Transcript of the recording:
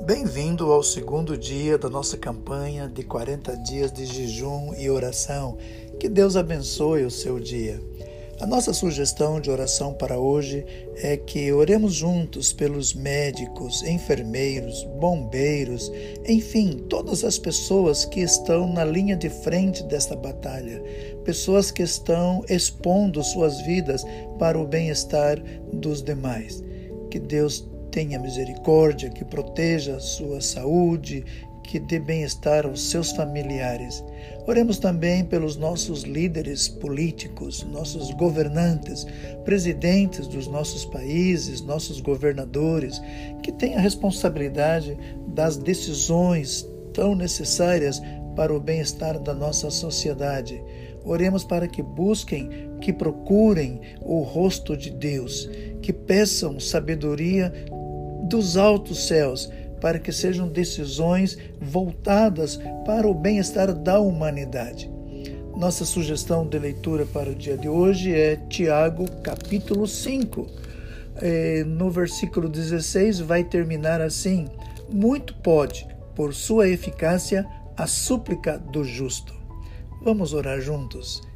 Bem-vindo ao segundo dia da nossa campanha de 40 dias de jejum e oração. Que Deus abençoe o seu dia. A nossa sugestão de oração para hoje é que oremos juntos pelos médicos, enfermeiros, bombeiros, enfim, todas as pessoas que estão na linha de frente desta batalha, pessoas que estão expondo suas vidas para o bem-estar dos demais. Que Deus tenha misericórdia, que proteja a sua saúde, que dê bem-estar aos seus familiares. Oremos também pelos nossos líderes políticos, nossos governantes, presidentes dos nossos países, nossos governadores, que têm a responsabilidade das decisões tão necessárias para o bem-estar da nossa sociedade. Oremos para que busquem, que procurem o rosto de Deus, que peçam sabedoria dos altos céus, para que sejam decisões voltadas para o bem-estar da humanidade. Nossa sugestão de leitura para o dia de hoje é Tiago, capítulo 5. No versículo 16 vai terminar assim: muito pode, por sua eficácia, a súplica do justo. Vamos orar juntos.